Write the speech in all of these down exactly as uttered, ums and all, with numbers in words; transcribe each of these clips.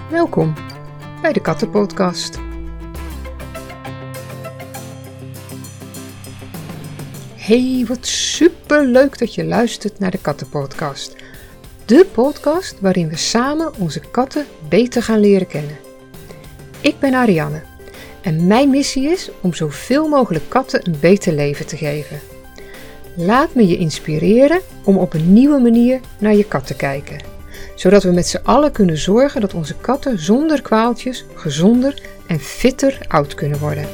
Welkom bij de Kattenpodcast. Hey, wat super leuk dat je luistert naar de Kattenpodcast. De podcast waarin we samen onze katten beter gaan leren kennen. Ik ben Ariane en mijn missie is om zoveel mogelijk katten een beter leven te geven. Laat me je inspireren om op een nieuwe manier naar je kat te kijken. Zodat we met z'n allen kunnen zorgen dat onze katten zonder kwaaltjes gezonder en fitter oud kunnen worden.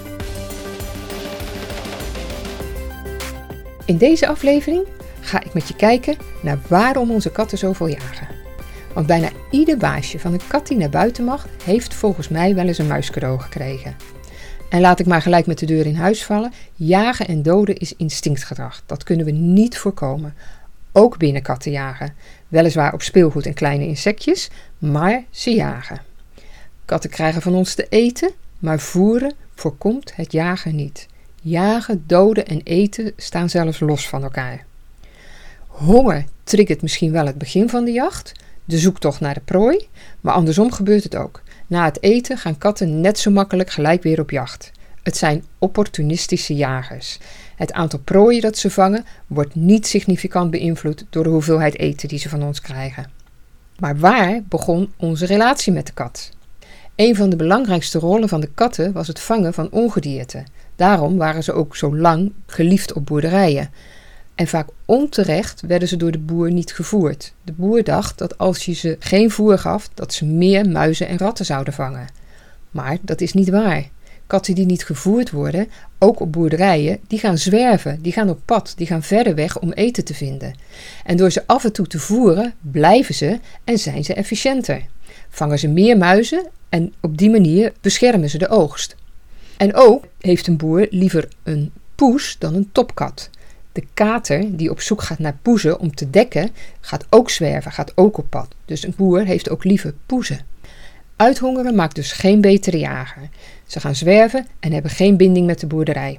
In deze aflevering ga ik met je kijken naar waarom onze katten zoveel jagen. Want bijna ieder baasje van een kat die naar buiten mag, heeft volgens mij wel eens een muiscadeau gekregen. En laat ik maar gelijk met de deur in huis vallen, jagen en doden is instinctgedrag. Dat kunnen we niet voorkomen. Ook binnenkatten jagen. Weliswaar op speelgoed en kleine insectjes, maar ze jagen. Katten krijgen van ons te eten, maar voeren voorkomt het jagen niet. Jagen, doden en eten staan zelfs los van elkaar. Honger triggert misschien wel het begin van de jacht, de zoektocht naar de prooi, maar andersom gebeurt het ook. Na het eten gaan katten net zo makkelijk gelijk weer op jacht. Het zijn opportunistische jagers. Het aantal prooien dat ze vangen wordt niet significant beïnvloed door de hoeveelheid eten die ze van ons krijgen. Maar waar begon onze relatie met de kat? Een van de belangrijkste rollen van de katten was het vangen van ongedierte. Daarom waren ze ook zo lang geliefd op boerderijen. En vaak onterecht werden ze door de boer niet gevoerd. De boer dacht dat als je ze geen voer gaf, dat ze meer muizen en ratten zouden vangen. Maar dat is niet waar. Katten die niet gevoerd worden, ook op boerderijen, die gaan zwerven, die gaan op pad, die gaan verder weg om eten te vinden. En door ze af en toe te voeren, blijven ze en zijn ze efficiënter. Vangen ze meer muizen en op die manier beschermen ze de oogst. En ook heeft een boer liever een poes dan een topkat. De kater die op zoek gaat naar poezen om te dekken, gaat ook zwerven, gaat ook op pad. Dus een boer heeft ook liever poezen. Uithongeren maakt dus geen betere jager. Ze gaan zwerven en hebben geen binding met de boerderij.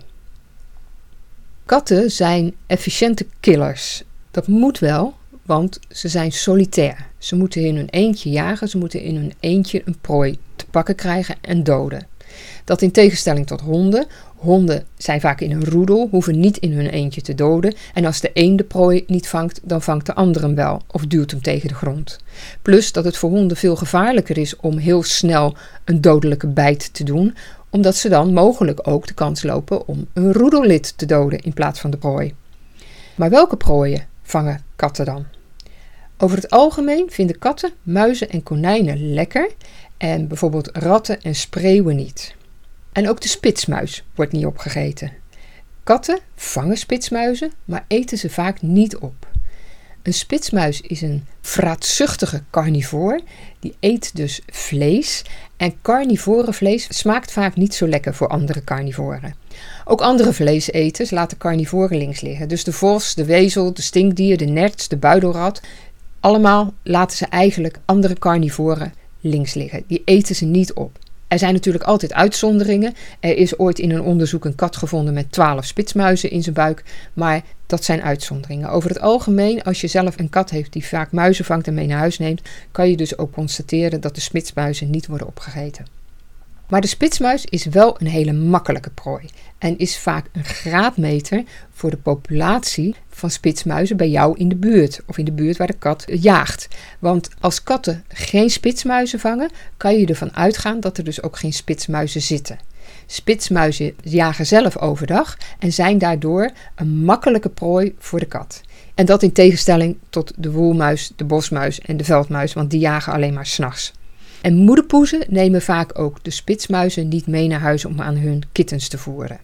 Katten zijn efficiënte killers. Dat moet wel, want ze zijn solitair. Ze moeten in hun eentje jagen, ze moeten in hun eentje een prooi te pakken krijgen en doden. Dat in tegenstelling tot honden. Honden zijn vaak in een roedel, hoeven niet in hun eentje te doden. En als de een de prooi niet vangt, dan vangt de ander hem wel of duwt hem tegen de grond. Plus dat het voor honden veel gevaarlijker is om heel snel een dodelijke bijt te doen, omdat ze dan mogelijk ook de kans lopen om een roedellid te doden in plaats van de prooi. Maar welke prooien vangen katten dan? Over het algemeen vinden katten muizen en konijnen lekker en bijvoorbeeld ratten en spreeuwen niet. En ook de spitsmuis wordt niet opgegeten. Katten vangen spitsmuizen, maar eten ze vaak niet op. Een spitsmuis is een vraatzuchtige carnivoor, die eet dus vlees. En carnivorenvlees smaakt vaak niet zo lekker voor andere carnivoren. Ook andere vleeseters laten carnivoren links liggen. Dus de vos, de wezel, de stinkdier, de nerts, de buidelrat. Allemaal laten ze eigenlijk andere carnivoren links liggen. Die eten ze niet op. Er zijn natuurlijk altijd uitzonderingen. Er is ooit in een onderzoek een kat gevonden met twaalf spitsmuizen in zijn buik. Maar dat zijn uitzonderingen. Over het algemeen, als je zelf een kat heeft die vaak muizen vangt en mee naar huis neemt, kan je dus ook constateren dat de spitsmuizen niet worden opgegeten. Maar de spitsmuis is wel een hele makkelijke prooi en is vaak een graadmeter voor de populatie van spitsmuizen bij jou in de buurt of in de buurt waar de kat jaagt. Want als katten geen spitsmuizen vangen, kan je ervan uitgaan dat er dus ook geen spitsmuizen zitten. Spitsmuizen jagen zelf overdag en zijn daardoor een makkelijke prooi voor de kat. En dat in tegenstelling tot de woelmuis, de bosmuis en de veldmuis, want die jagen alleen maar 's nachts. En moederpoezen nemen vaak ook de spitsmuizen niet mee naar huis om aan hun kittens te voeren.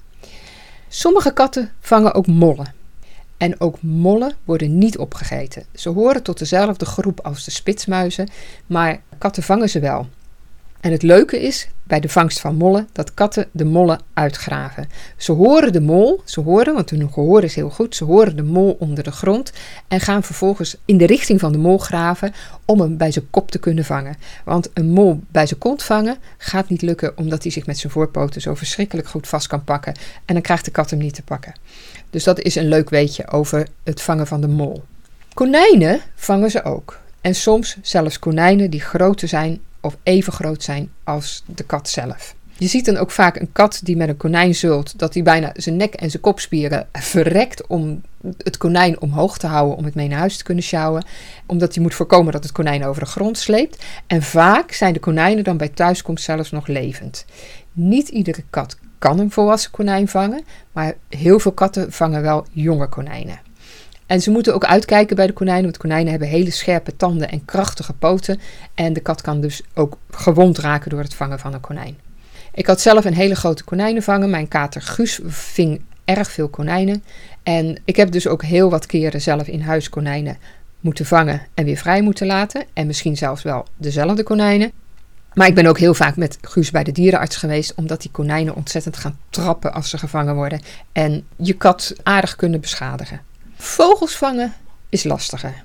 Sommige katten vangen ook mollen. En ook mollen worden niet opgegeten. Ze horen tot dezelfde groep als de spitsmuizen, maar katten vangen ze wel. En het leuke is bij de vangst van mollen dat katten de mollen uitgraven. Ze horen de mol, ze horen, want hun gehoor is heel goed, ze horen de mol onder de grond en gaan vervolgens in de richting van de mol graven om hem bij zijn kop te kunnen vangen. Want een mol bij zijn kont vangen gaat niet lukken omdat hij zich met zijn voorpoten zo verschrikkelijk goed vast kan pakken en dan krijgt de kat hem niet te pakken. Dus dat is een leuk weetje over het vangen van de mol. Konijnen vangen ze ook. En soms zelfs konijnen die groter zijn of even groot zijn als de kat zelf. Je ziet dan ook vaak een kat die met een konijn zult, dat hij bijna zijn nek en zijn kopspieren verrekt om het konijn omhoog te houden, om het mee naar huis te kunnen sjouwen. Omdat hij moet voorkomen dat het konijn over de grond sleept. En vaak zijn de konijnen dan bij thuiskomst zelfs nog levend. Niet iedere kat kan een volwassen konijn vangen, maar heel veel katten vangen wel jonge konijnen. En ze moeten ook uitkijken bij de konijnen, want konijnen hebben hele scherpe tanden en krachtige poten. En de kat kan dus ook gewond raken door het vangen van een konijn. Ik had zelf een hele grote konijnenvanger. Mijn kater Guus ving erg veel konijnen. En ik heb dus ook heel wat keren zelf in huis konijnen moeten vangen en weer vrij moeten laten. En misschien zelfs wel dezelfde konijnen. Maar ik ben ook heel vaak met Guus bij de dierenarts geweest, omdat die konijnen ontzettend gaan trappen als ze gevangen worden. En je kat aardig kunnen beschadigen. Vogels vangen is lastiger.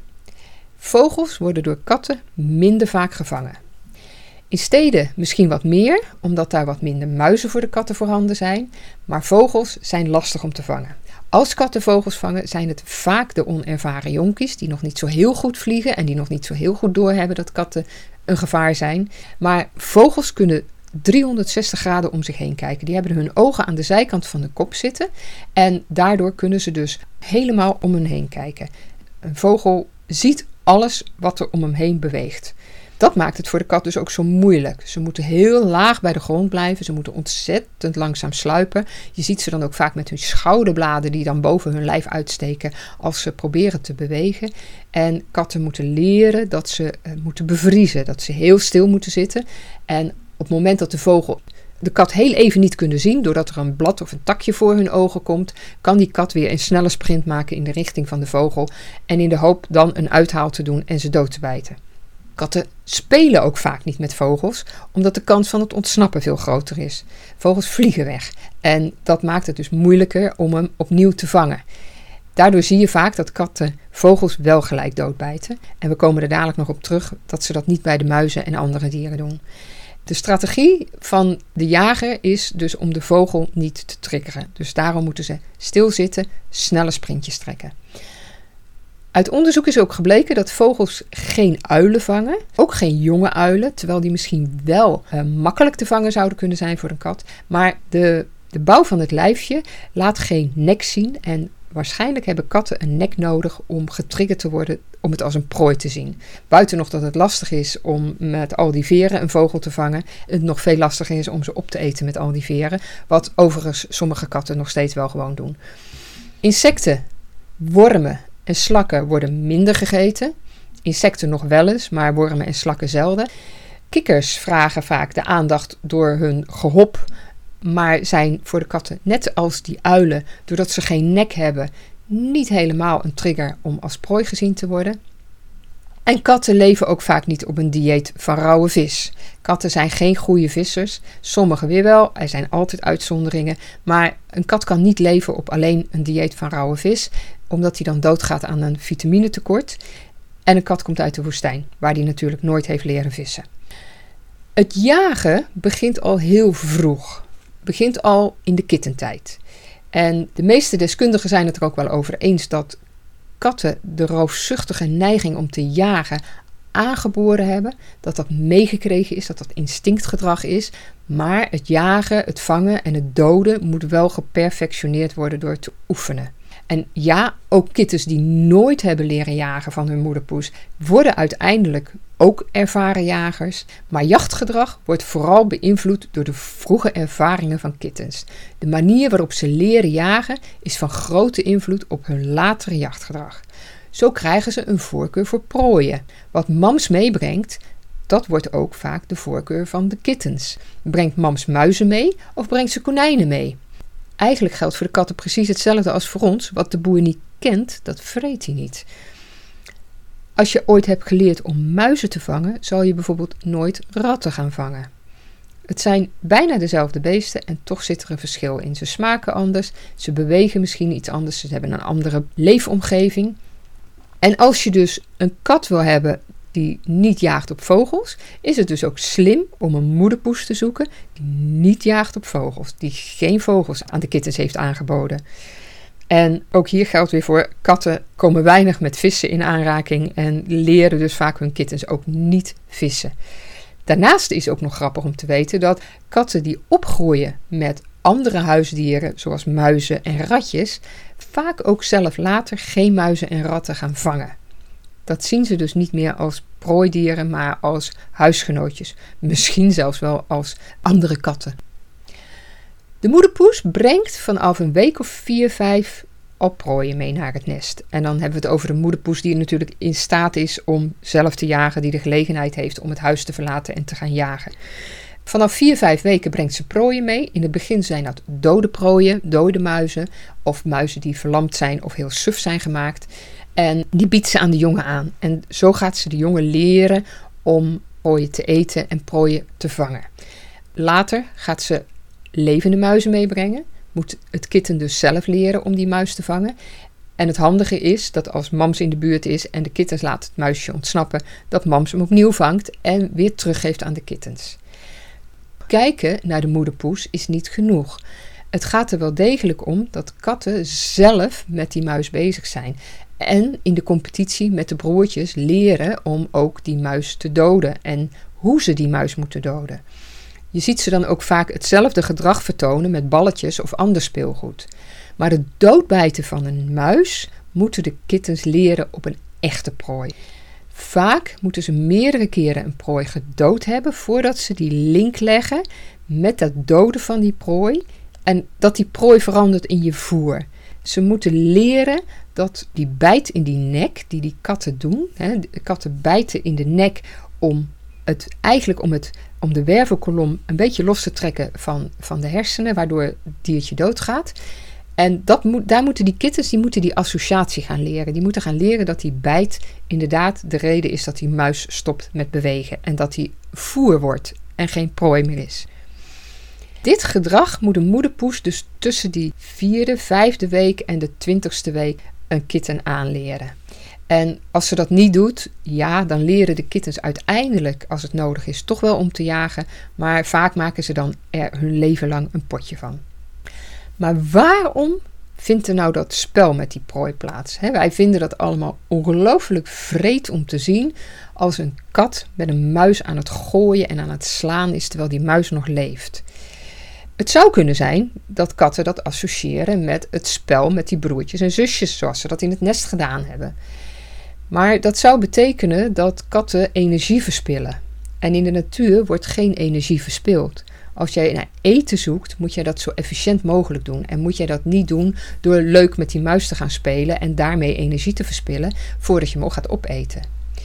Vogels worden door katten minder vaak gevangen. In steden misschien wat meer, omdat daar wat minder muizen voor de katten voorhanden zijn. Maar vogels zijn lastig om te vangen. Als katten vogels vangen, zijn het vaak de onervaren jonkies die nog niet zo heel goed vliegen en die nog niet zo heel goed doorhebben dat katten een gevaar zijn. Maar vogels kunnen driehonderdzestig graden om zich heen kijken. Die hebben hun ogen aan de zijkant van de kop zitten en daardoor kunnen ze dus helemaal om hen heen kijken. Een vogel ziet alles wat er om hem heen beweegt. Dat maakt het voor de kat dus ook zo moeilijk. Ze moeten heel laag bij de grond blijven. Ze moeten ontzettend langzaam sluipen. Je ziet ze dan ook vaak met hun schouderbladen die dan boven hun lijf uitsteken als ze proberen te bewegen. En katten moeten leren dat ze uh, moeten bevriezen. Dat ze heel stil moeten zitten. En op het moment dat de vogel de kat heel even niet kunnen zien, doordat er een blad of een takje voor hun ogen komt, kan die kat weer een snelle sprint maken in de richting van de vogel. En in de hoop dan een uithaal te doen en ze dood te bijten. Katten spelen ook vaak niet met vogels, omdat de kans van het ontsnappen veel groter is. Vogels vliegen weg en dat maakt het dus moeilijker om hem opnieuw te vangen. Daardoor zie je vaak dat katten vogels wel gelijk doodbijten. En we komen er dadelijk nog op terug dat ze dat niet bij de muizen en andere dieren doen. De strategie van de jager is dus om de vogel niet te triggeren. Dus daarom moeten ze stilzitten, snelle sprintjes trekken. Uit onderzoek is ook gebleken dat vogels geen uilen vangen, ook geen jonge uilen, terwijl die misschien wel uh, makkelijk te vangen zouden kunnen zijn voor een kat. Maar de, de bouw van het lijfje laat geen nek zien en waarschijnlijk hebben katten een nek nodig om getriggerd te worden om het als een prooi te zien. Buiten nog dat het lastig is om met al die veren een vogel te vangen, het nog veel lastiger is om ze op te eten met al die veren, wat overigens sommige katten nog steeds wel gewoon doen. Insecten, wormen en slakken worden minder gegeten. Insecten nog wel eens, maar wormen en slakken zelden. Kikkers vragen vaak de aandacht door hun gehop, maar zijn voor de katten, net als die uilen, doordat ze geen nek hebben, niet helemaal een trigger om als prooi gezien te worden. En katten leven ook vaak niet op een dieet van rauwe vis. Katten zijn geen goede vissers, sommigen weer wel, er zijn altijd uitzonderingen, maar een kat kan niet leven op alleen een dieet van rauwe vis, omdat hij dan doodgaat aan een vitaminetekort. En een kat komt uit de woestijn, waar hij natuurlijk nooit heeft leren vissen. Het jagen begint al heel vroeg, begint al in de kittentijd. En de meeste deskundigen zijn het er ook wel over eens dat katten de roofzuchtige neiging om te jagen aangeboren hebben, dat dat meegekregen is, dat dat instinctgedrag is. Maar het jagen, het vangen en het doden moet wel geperfectioneerd worden door te oefenen. En ja, ook kittens die nooit hebben leren jagen van hun moederpoes worden uiteindelijk ook ervaren jagers. Maar jachtgedrag wordt vooral beïnvloed door de vroege ervaringen van kittens. De manier waarop ze leren jagen is van grote invloed op hun latere jachtgedrag. Zo krijgen ze een voorkeur voor prooien. Wat mams meebrengt, dat wordt ook vaak de voorkeur van de kittens. Brengt mams muizen mee of brengt ze konijnen mee? Eigenlijk geldt voor de katten precies hetzelfde als voor ons. Wat de boer niet kent, dat vreet hij niet. Als je ooit hebt geleerd om muizen te vangen, zal je bijvoorbeeld nooit ratten gaan vangen. Het zijn bijna dezelfde beesten en toch zit er een verschil in. Ze smaken anders, ze bewegen misschien iets anders, ze hebben een andere leefomgeving. En als je dus een kat wil hebben die niet jaagt op vogels, is het dus ook slim om een moederpoes te zoeken die niet jaagt op vogels, die geen vogels aan de kittens heeft aangeboden. En ook hier geldt weer voor, katten komen weinig met vissen in aanraking en leren dus vaak hun kittens ook niet vissen. Daarnaast is ook nog grappig om te weten dat katten die opgroeien met andere huisdieren, zoals muizen en ratjes, vaak ook zelf later geen muizen en ratten gaan vangen. Dat zien ze dus niet meer als prooidieren, maar als huisgenootjes. Misschien zelfs wel als andere katten. De moederpoes brengt vanaf een week of vier, vijf al prooien mee naar het nest. En dan hebben we het over de moederpoes die natuurlijk in staat is om zelf te jagen, die de gelegenheid heeft om het huis te verlaten en te gaan jagen. Vanaf vier, vijf weken brengt ze prooien mee. In het begin zijn dat dode prooien, dode muizen of muizen die verlamd zijn of heel suf zijn gemaakt. En die biedt ze aan de jongen aan. En zo gaat ze de jongen leren om prooien te eten en prooien te vangen. Later gaat ze levende muizen meebrengen. Moet het kitten dus zelf leren om die muis te vangen. En het handige is dat als mams in de buurt is en de kittens laat het muisje ontsnappen, dat mams hem opnieuw vangt en weer teruggeeft aan de kittens. Kijken naar de moederpoes is niet genoeg. Het gaat er wel degelijk om dat katten zelf met die muis bezig zijn. En in de competitie met de broertjes leren om ook die muis te doden en hoe ze die muis moeten doden. Je ziet ze dan ook vaak hetzelfde gedrag vertonen met balletjes of ander speelgoed. Maar het doodbijten van een muis moeten de kittens leren op een echte prooi. Vaak moeten ze meerdere keren een prooi gedood hebben voordat ze die link leggen met het doden van die prooi en dat die prooi verandert in je voer. Ze moeten leren dat die bijt in die nek die die katten doen, hè, de katten bijten in de nek om het eigenlijk om het om de wervelkolom een beetje los te trekken van, van de hersenen, waardoor het diertje doodgaat. En dat moet, daar moeten die kittens die moeten die associatie gaan leren. Die moeten gaan leren dat die bijt inderdaad de reden is dat die muis stopt met bewegen. En dat die voer wordt en geen prooi meer is. Dit gedrag moet een moederpoes dus tussen die vierde, vijfde week en de twintigste week een kitten aanleren. En als ze dat niet doet, ja, dan leren de kittens uiteindelijk, als het nodig is, toch wel om te jagen. Maar vaak maken ze dan er hun leven lang een potje van. Maar waarom vindt er nou dat spel met die prooi plaats? He, wij vinden dat allemaal ongelooflijk vreed om te zien als een kat met een muis aan het gooien en aan het slaan is terwijl die muis nog leeft. Het zou kunnen zijn dat katten dat associëren met het spel met die broertjes en zusjes, zoals ze dat in het nest gedaan hebben. Maar dat zou betekenen dat katten energie verspillen. En in de natuur wordt geen energie verspild. Als jij naar eten zoekt, moet jij dat zo efficiënt mogelijk doen. En moet jij dat niet doen door leuk met die muis te gaan spelen en daarmee energie te verspillen voordat je hem ook gaat opeten.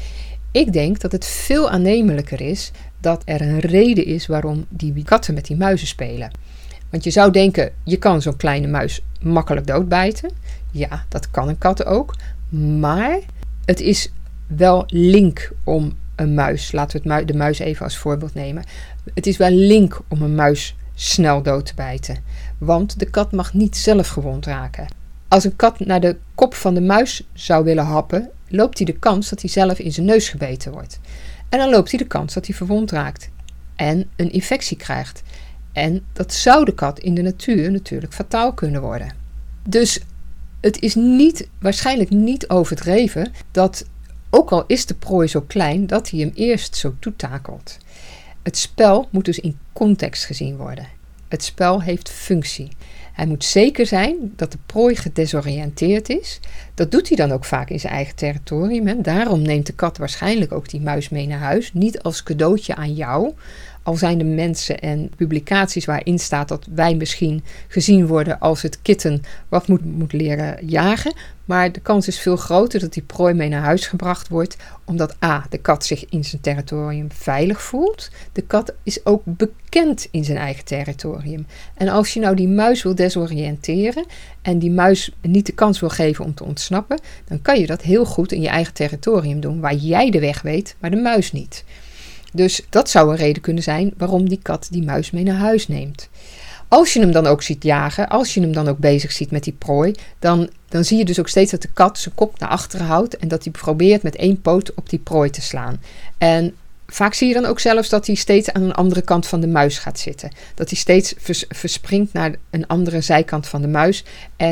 Ik denk dat het veel aannemelijker is dat er een reden is waarom die katten met die muizen spelen. Want je zou denken, je kan zo'n kleine muis makkelijk doodbijten. Ja, dat kan een kat ook. Maar het is wel link om een muis, laten we het de muis even als voorbeeld nemen. Het is wel link om een muis snel dood te bijten. Want de kat mag niet zelf gewond raken. Als een kat naar de kop van de muis zou willen happen, loopt hij de kans dat hij zelf in zijn neus gebeten wordt. En dan loopt hij de kans dat hij verwond raakt en een infectie krijgt. En dat zou de kat in de natuur natuurlijk fataal kunnen worden. Dus het is niet, waarschijnlijk niet overdreven dat, ook al is de prooi zo klein, dat hij hem eerst zo toetakelt. Het spel moet dus in context gezien worden. Het spel heeft functie. Hij moet zeker zijn dat de prooi gedesoriënteerd is. Dat doet hij dan ook vaak in zijn eigen territorium. Hè. Daarom neemt de kat waarschijnlijk ook die muis mee naar huis. Niet als cadeautje aan jou. Al zijn er mensen en publicaties waarin staat dat wij misschien gezien worden als het kitten wat moet, moet leren jagen. Maar de kans is veel groter dat die prooi mee naar huis gebracht wordt. Omdat a, de kat zich in zijn territorium veilig voelt. De kat is ook bekend in zijn eigen territorium. En als je nou die muis wil desoriënteren en die muis niet de kans wil geven om te ontsnappen, dan kan je dat heel goed in je eigen territorium doen. Waar jij de weg weet, maar de muis niet. Dus dat zou een reden kunnen zijn waarom die kat die muis mee naar huis neemt. Als je hem dan ook ziet jagen, als je hem dan ook bezig ziet met die prooi, dan, dan zie je dus ook steeds dat de kat zijn kop naar achteren houdt en dat hij probeert met één poot op die prooi te slaan. En vaak zie je dan ook zelfs dat hij steeds aan een andere kant van de muis gaat zitten. Dat hij steeds vers, verspringt naar een andere zijkant van de muis en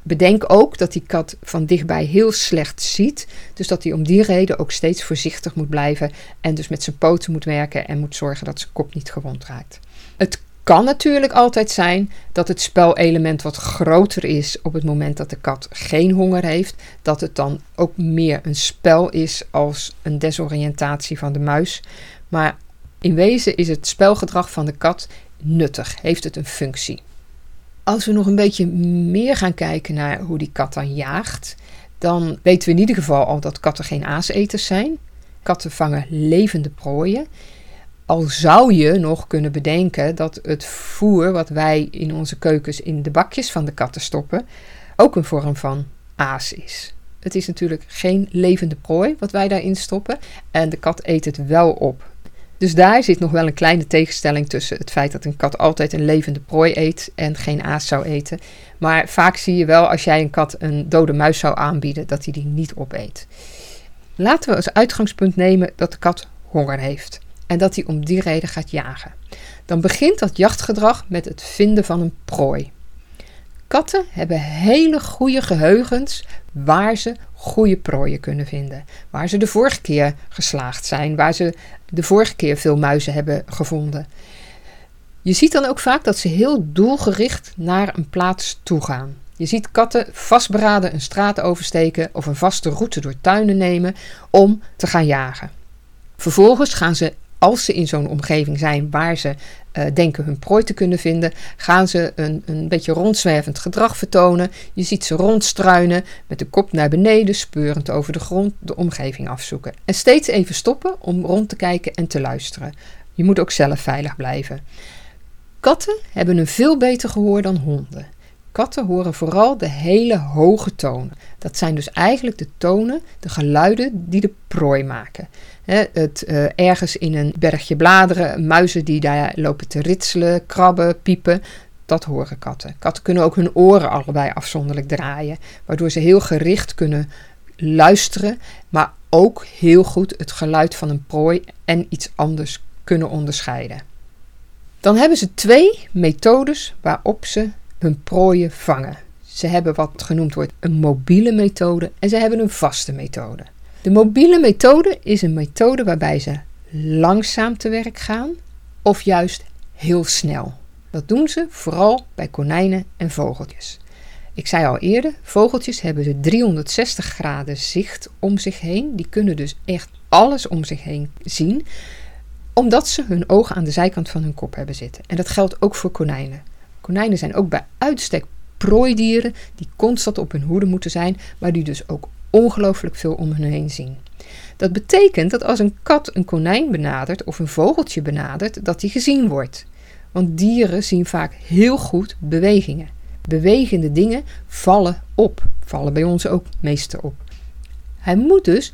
Bedenk ook dat die kat van dichtbij heel slecht ziet. Dus dat hij om die reden ook steeds voorzichtig moet blijven. En dus met zijn poten moet werken en moet zorgen dat zijn kop niet gewond raakt. Het kan natuurlijk altijd zijn dat het spelelement wat groter is op het moment dat de kat geen honger heeft. Dat het dan ook meer een spel is als een desoriëntatie van de muis. Maar in wezen is het spelgedrag van de kat nuttig, heeft het een functie. Als we nog een beetje meer gaan kijken naar hoe die kat dan jaagt, dan weten we in ieder geval al dat katten geen aaseters zijn. Katten vangen levende prooien. Al zou je nog kunnen bedenken dat het voer wat wij in onze keukens in de bakjes van de katten stoppen, ook een vorm van aas is. Het is natuurlijk geen levende prooi wat wij daarin stoppen en de kat eet het wel op. Dus daar zit nog wel een kleine tegenstelling tussen het feit dat een kat altijd een levende prooi eet en geen aas zou eten. Maar vaak zie je wel als jij een kat een dode muis zou aanbieden dat hij die niet opeet. Laten we als uitgangspunt nemen dat de kat honger heeft en dat hij om die reden gaat jagen. Dan begint dat jachtgedrag met het vinden van een prooi. Katten hebben hele goede geheugens waar ze goede prooien kunnen vinden. Waar ze de vorige keer geslaagd zijn, waar ze de vorige keer veel muizen hebben gevonden. Je ziet dan ook vaak dat ze heel doelgericht naar een plaats toe gaan. Je ziet katten vastberaden een straat oversteken of een vaste route door tuinen nemen om te gaan jagen. Vervolgens gaan ze, als ze in zo'n omgeving zijn waar ze uh, denken hun prooi te kunnen vinden, gaan ze een, een beetje rondzwervend gedrag vertonen. Je ziet ze rondstruinen, met de kop naar beneden, speurend over de grond, de omgeving afzoeken. En steeds even stoppen om rond te kijken en te luisteren. Je moet ook zelf veilig blijven. Katten hebben een veel beter gehoor dan honden. Katten horen vooral de hele hoge tonen. Dat zijn dus eigenlijk de tonen, de geluiden die de prooi maken. He, het uh, ergens in een bergje bladeren, muizen die daar lopen te ritselen, krabben, piepen, dat horen katten. Katten kunnen ook hun oren allebei afzonderlijk draaien, waardoor ze heel gericht kunnen luisteren, maar ook heel goed het geluid van een prooi en iets anders kunnen onderscheiden. Dan hebben ze twee methodes waarop ze hun prooien vangen. Ze hebben wat genoemd wordt een mobiele methode en ze hebben een vaste methode. De mobiele methode is een methode waarbij ze langzaam te werk gaan of juist heel snel. Dat doen ze vooral bij konijnen en vogeltjes. Ik zei al eerder, vogeltjes hebben de driehonderdzestig graden zicht om zich heen. Die kunnen dus echt alles om zich heen zien, omdat ze hun ogen aan de zijkant van hun kop hebben zitten. En dat geldt ook voor konijnen. Konijnen zijn ook bij uitstek prooidieren die constant op hun hoede moeten zijn, maar die dus ook ongelooflijk veel om hen heen zien. Dat betekent dat als een kat een konijn benadert of een vogeltje benadert, dat die gezien wordt. Want dieren zien vaak heel goed bewegingen. Bewegende dingen vallen op. Vallen bij ons ook meestal op. Hij moet dus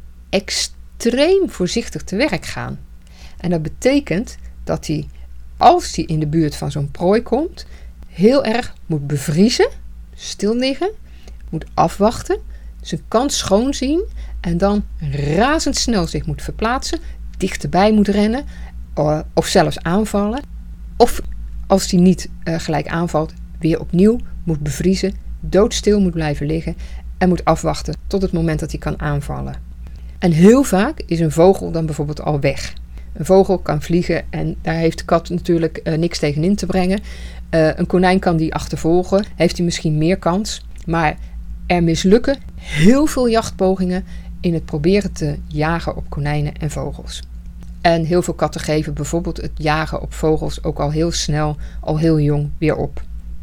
extreem voorzichtig te werk gaan. En dat betekent dat hij, als hij in de buurt van zo'n prooi komt, heel erg moet bevriezen, stil liggen, moet afwachten, zijn kant schoon zien en dan razendsnel zich moet verplaatsen, dichterbij moet rennen uh, of zelfs aanvallen. Of als hij niet uh, gelijk aanvalt, weer opnieuw moet bevriezen, doodstil moet blijven liggen en moet afwachten tot het moment dat hij kan aanvallen. En heel vaak is een vogel dan bijvoorbeeld al weg. Een vogel kan vliegen en daar heeft de kat natuurlijk uh, niks tegen in te brengen. Uh, een konijn kan die achtervolgen, heeft hij misschien meer kans. Maar er mislukken heel veel jachtpogingen in het proberen te jagen op konijnen en vogels. En heel veel katten geven bijvoorbeeld het jagen op vogels ook al heel snel, al heel jong weer op.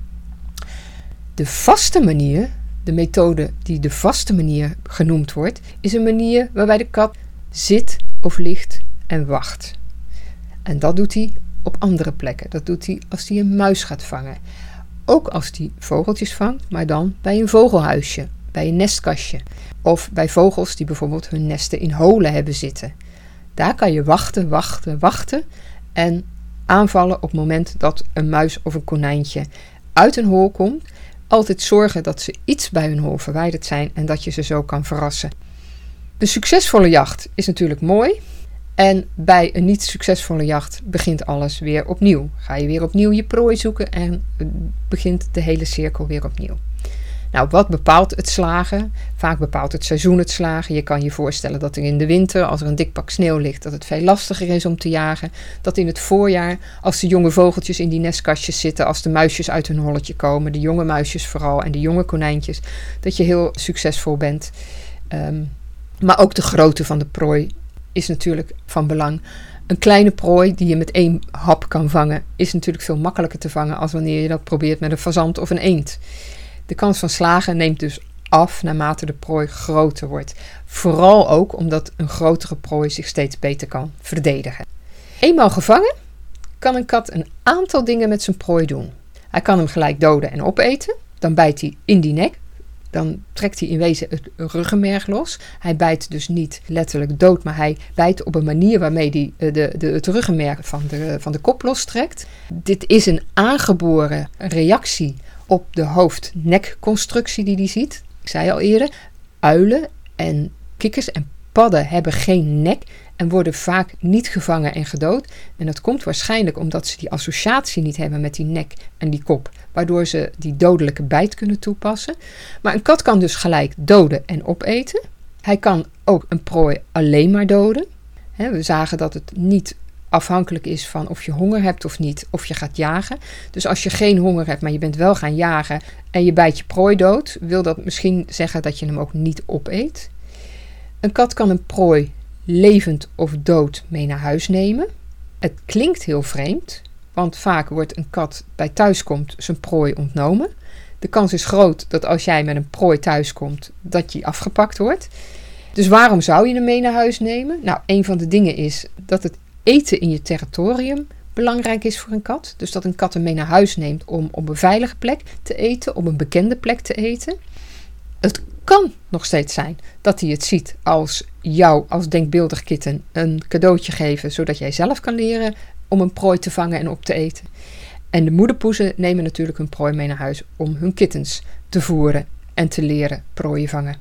De vaste manier, de methode die de vaste manier genoemd wordt, is een manier waarbij de kat zit of ligt en wacht. En dat doet hij op andere plekken. Dat doet hij als hij een muis gaat vangen. Ook als hij vogeltjes vangt, maar dan bij een vogelhuisje, bij een nestkastje. Of bij vogels die bijvoorbeeld hun nesten in holen hebben zitten. Daar kan je wachten, wachten, wachten en aanvallen op het moment dat een muis of een konijntje uit een hol komt. Altijd zorgen dat ze iets bij hun hol verwijderd zijn en dat je ze zo kan verrassen. De succesvolle jacht is natuurlijk mooi. En bij een niet succesvolle jacht begint alles weer opnieuw. Ga je weer opnieuw je prooi zoeken en begint de hele cirkel weer opnieuw. Nou, wat bepaalt het slagen? Vaak bepaalt het seizoen het slagen. Je kan je voorstellen dat er in de winter, als er een dik pak sneeuw ligt, dat het veel lastiger is om te jagen. Dat in het voorjaar, als de jonge vogeltjes in die nestkastjes zitten, als de muisjes uit hun holletje komen, de jonge muisjes vooral en de jonge konijntjes, dat je heel succesvol bent. Um, maar ook de grootte van de prooi is natuurlijk van belang. Een kleine prooi die je met één hap kan vangen, is natuurlijk veel makkelijker te vangen als wanneer je dat probeert met een fazant of een eend. De kans van slagen neemt dus af naarmate de prooi groter wordt. Vooral ook omdat een grotere prooi zich steeds beter kan verdedigen. Eenmaal gevangen kan een kat een aantal dingen met zijn prooi doen. Hij kan hem gelijk doden en opeten. Dan bijt hij in die nek. Dan trekt hij in wezen het ruggenmerg los. Hij bijt dus niet letterlijk dood, maar hij bijt op een manier waarmee hij de, de, het ruggenmerg van de, van de kop lostrekt. Dit is een aangeboren reactie op de hoofd-nekconstructie die hij ziet. Ik zei al eerder, uilen en kikkers en padden hebben geen nek en worden vaak niet gevangen en gedood. En dat komt waarschijnlijk omdat ze die associatie niet hebben met die nek en die kop, waardoor ze die dodelijke bijt kunnen toepassen. Maar een kat kan dus gelijk doden en opeten. Hij kan ook een prooi alleen maar doden. He, we zagen dat het niet afhankelijk is van of je honger hebt of niet, of je gaat jagen. Dus als je geen honger hebt, maar je bent wel gaan jagen en je bijt je prooi dood, wil dat misschien zeggen dat je hem ook niet opeet. Een kat kan een prooi levend of dood mee naar huis nemen. Het klinkt heel vreemd, want vaak wordt een kat bij thuiskomst zijn prooi ontnomen. De kans is groot dat als jij met een prooi thuiskomt, dat je afgepakt wordt. Dus waarom zou je hem mee naar huis nemen? Nou, een van de dingen is dat het eten in je territorium belangrijk is voor een kat. Dus dat een kat hem mee naar huis neemt om op een veilige plek te eten, op een bekende plek te eten. Het kan nog steeds zijn dat hij het ziet als jou, als denkbeeldig kitten, een cadeautje geven, zodat jij zelf kan leren om een prooi te vangen en op te eten. En de moederpoezen nemen natuurlijk hun prooi mee naar huis om hun kittens te voeren en te leren prooien vangen.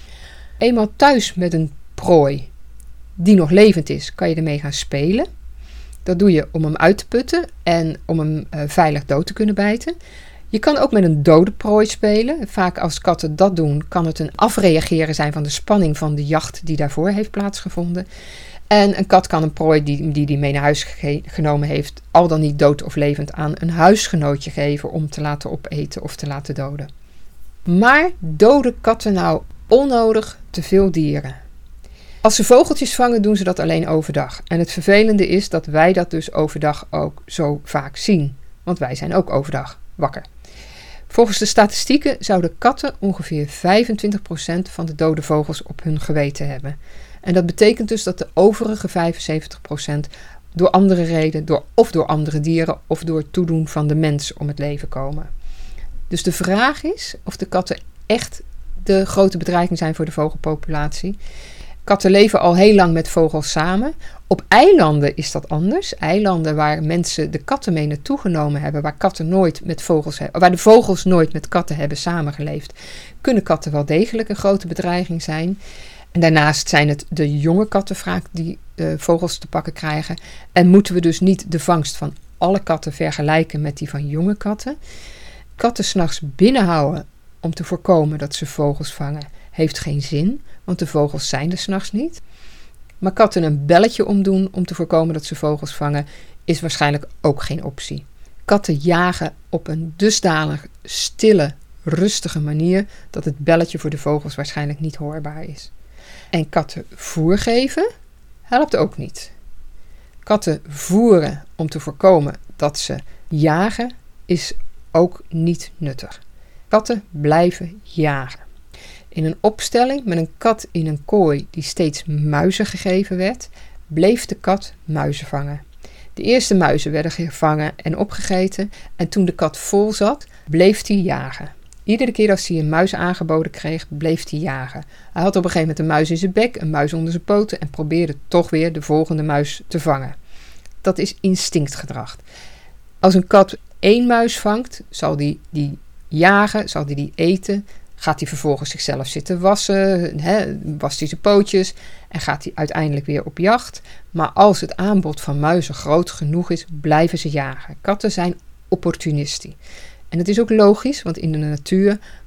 Eenmaal thuis met een prooi die nog levend is, kan je ermee gaan spelen. Dat doe je om hem uit te putten en om hem uh, veilig dood te kunnen bijten. Je kan ook met een dode prooi spelen. Vaak als katten dat doen, kan het een afreageren zijn van de spanning van de jacht die daarvoor heeft plaatsgevonden. En een kat kan een prooi die die, die mee naar huis ge- genomen heeft, al dan niet dood of levend, aan een huisgenootje geven om te laten opeten of te laten doden. Maar doden katten nou onnodig te veel dieren? Als ze vogeltjes vangen, doen ze dat alleen overdag. En het vervelende is dat wij dat dus overdag ook zo vaak zien. Want wij zijn ook overdag wakker. Volgens de statistieken zouden katten ongeveer vijfentwintig procent van de dode vogels op hun geweten hebben. En dat betekent dus dat de overige vijfenzeventig procent door andere redenen, door, of door andere dieren, of door het toedoen van de mens om het leven komen. Dus de vraag is of de katten echt de grote bedreiging zijn voor de vogelpopulatie. Katten leven al heel lang met vogels samen. Op eilanden is dat anders. Eilanden waar mensen de katten mee naartoe genomen hebben, waar, katten nooit met vogels he- waar de vogels nooit met katten hebben samengeleefd, kunnen katten wel degelijk een grote bedreiging zijn. En daarnaast zijn het de jonge katten vaak die uh, vogels te pakken krijgen. En moeten we dus niet de vangst van alle katten vergelijken met die van jonge katten. Katten 's nachts binnenhouden om te voorkomen dat ze vogels vangen heeft geen zin, want de vogels zijn er 's nachts niet. Maar katten een belletje omdoen om te voorkomen dat ze vogels vangen is waarschijnlijk ook geen optie. Katten jagen op een dusdanig stille, rustige manier dat het belletje voor de vogels waarschijnlijk niet hoorbaar is. En katten voer geven helpt ook niet. Katten voeren om te voorkomen dat ze jagen is ook niet nuttig. Katten blijven jagen. In een opstelling met een kat in een kooi die steeds muizen gegeven werd, bleef de kat muizen vangen. De eerste muizen werden gevangen en opgegeten en toen de kat vol zat, bleef hij jagen. Iedere keer als hij een muis aangeboden kreeg, bleef hij jagen. Hij had op een gegeven moment een muis in zijn bek, een muis onder zijn poten en probeerde toch weer de volgende muis te vangen. Dat is instinctgedrag. Als een kat één muis vangt, zal die die jagen, zal die die eten. Gaat hij vervolgens zichzelf zitten wassen, hè, wast hij zijn pootjes en gaat hij uiteindelijk weer op jacht. Maar als het aanbod van muizen groot genoeg is, blijven ze jagen. Katten zijn opportunistisch. En het is ook logisch, want in de natuur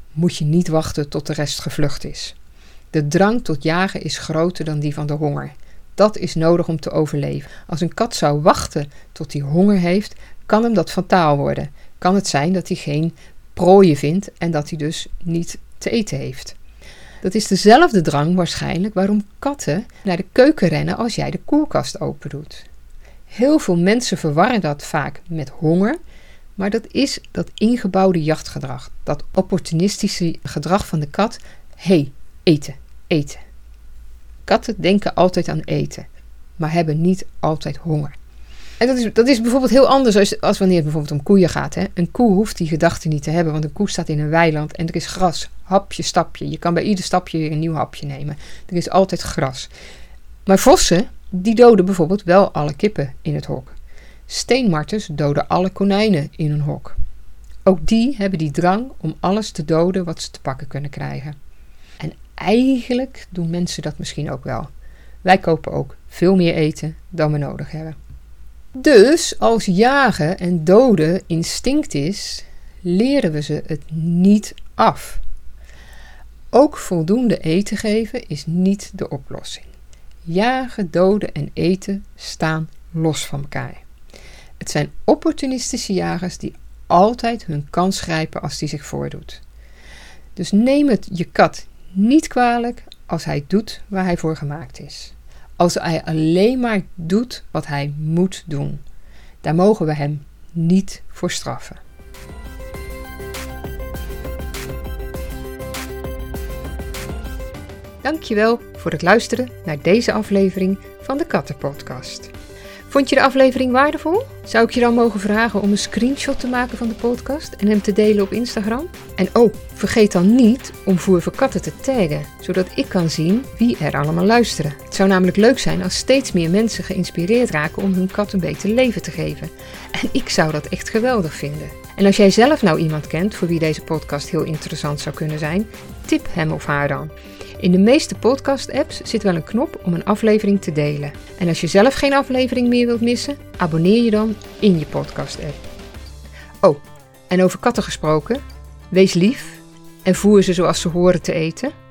moet je niet wachten tot de rest gevlucht is. De drang tot jagen is groter dan die van de honger. Dat is nodig om te overleven. Als een kat zou wachten tot hij honger heeft, kan hem dat fataal worden. Kan het zijn dat hij geen prooien vindt en dat hij dus niet te eten heeft. Dat is dezelfde drang waarschijnlijk waarom katten naar de keuken rennen als jij de koelkast open doet. Heel veel mensen verwarren dat vaak met honger, maar dat is dat ingebouwde jachtgedrag. Dat opportunistische gedrag van de kat. Hé, hey, eten, eten. Katten denken altijd aan eten, maar hebben niet altijd honger. En dat is, dat is bijvoorbeeld heel anders als, als wanneer het bijvoorbeeld om koeien gaat. Hè. Een koe hoeft die gedachte niet te hebben, want een koe staat in een weiland en er is gras. Hapje, stapje. Je kan bij ieder stapje weer een nieuw hapje nemen. Er is altijd gras. Maar vossen, die doden bijvoorbeeld wel alle kippen in het hok. Steenmarters doden alle konijnen in een hok. Ook die hebben die drang om alles te doden wat ze te pakken kunnen krijgen. En eigenlijk doen mensen dat misschien ook wel. Wij kopen ook veel meer eten dan we nodig hebben. Dus als jagen en doden instinct is, leren we ze het niet af. Ook voldoende eten geven is niet de oplossing. Jagen, doden en eten staan los van elkaar. Het zijn opportunistische jagers die altijd hun kans grijpen als die zich voordoet. Dus neem het je kat niet kwalijk als hij doet waar hij voor gemaakt is. Als hij alleen maar doet wat hij moet doen. Daar mogen we hem niet voor straffen. Dankjewel voor het luisteren naar deze aflevering van de Kattenpodcast. Vond je de aflevering waardevol? Zou ik je dan mogen vragen om een screenshot te maken van de podcast en hem te delen op Instagram? En oh, vergeet dan niet om Voer voor Katten te taggen, zodat ik kan zien wie er allemaal luisteren. Het zou namelijk leuk zijn als steeds meer mensen geïnspireerd raken om hun kat een beter leven te geven. En ik zou dat echt geweldig vinden. En als jij zelf nou iemand kent voor wie deze podcast heel interessant zou kunnen zijn, tip hem of haar dan. In de meeste podcast-apps zit wel een knop om een aflevering te delen. En als je zelf geen aflevering meer wilt missen, abonneer je dan in je podcast-app. Oh, en over katten gesproken, wees lief en voer ze zoals ze horen te eten.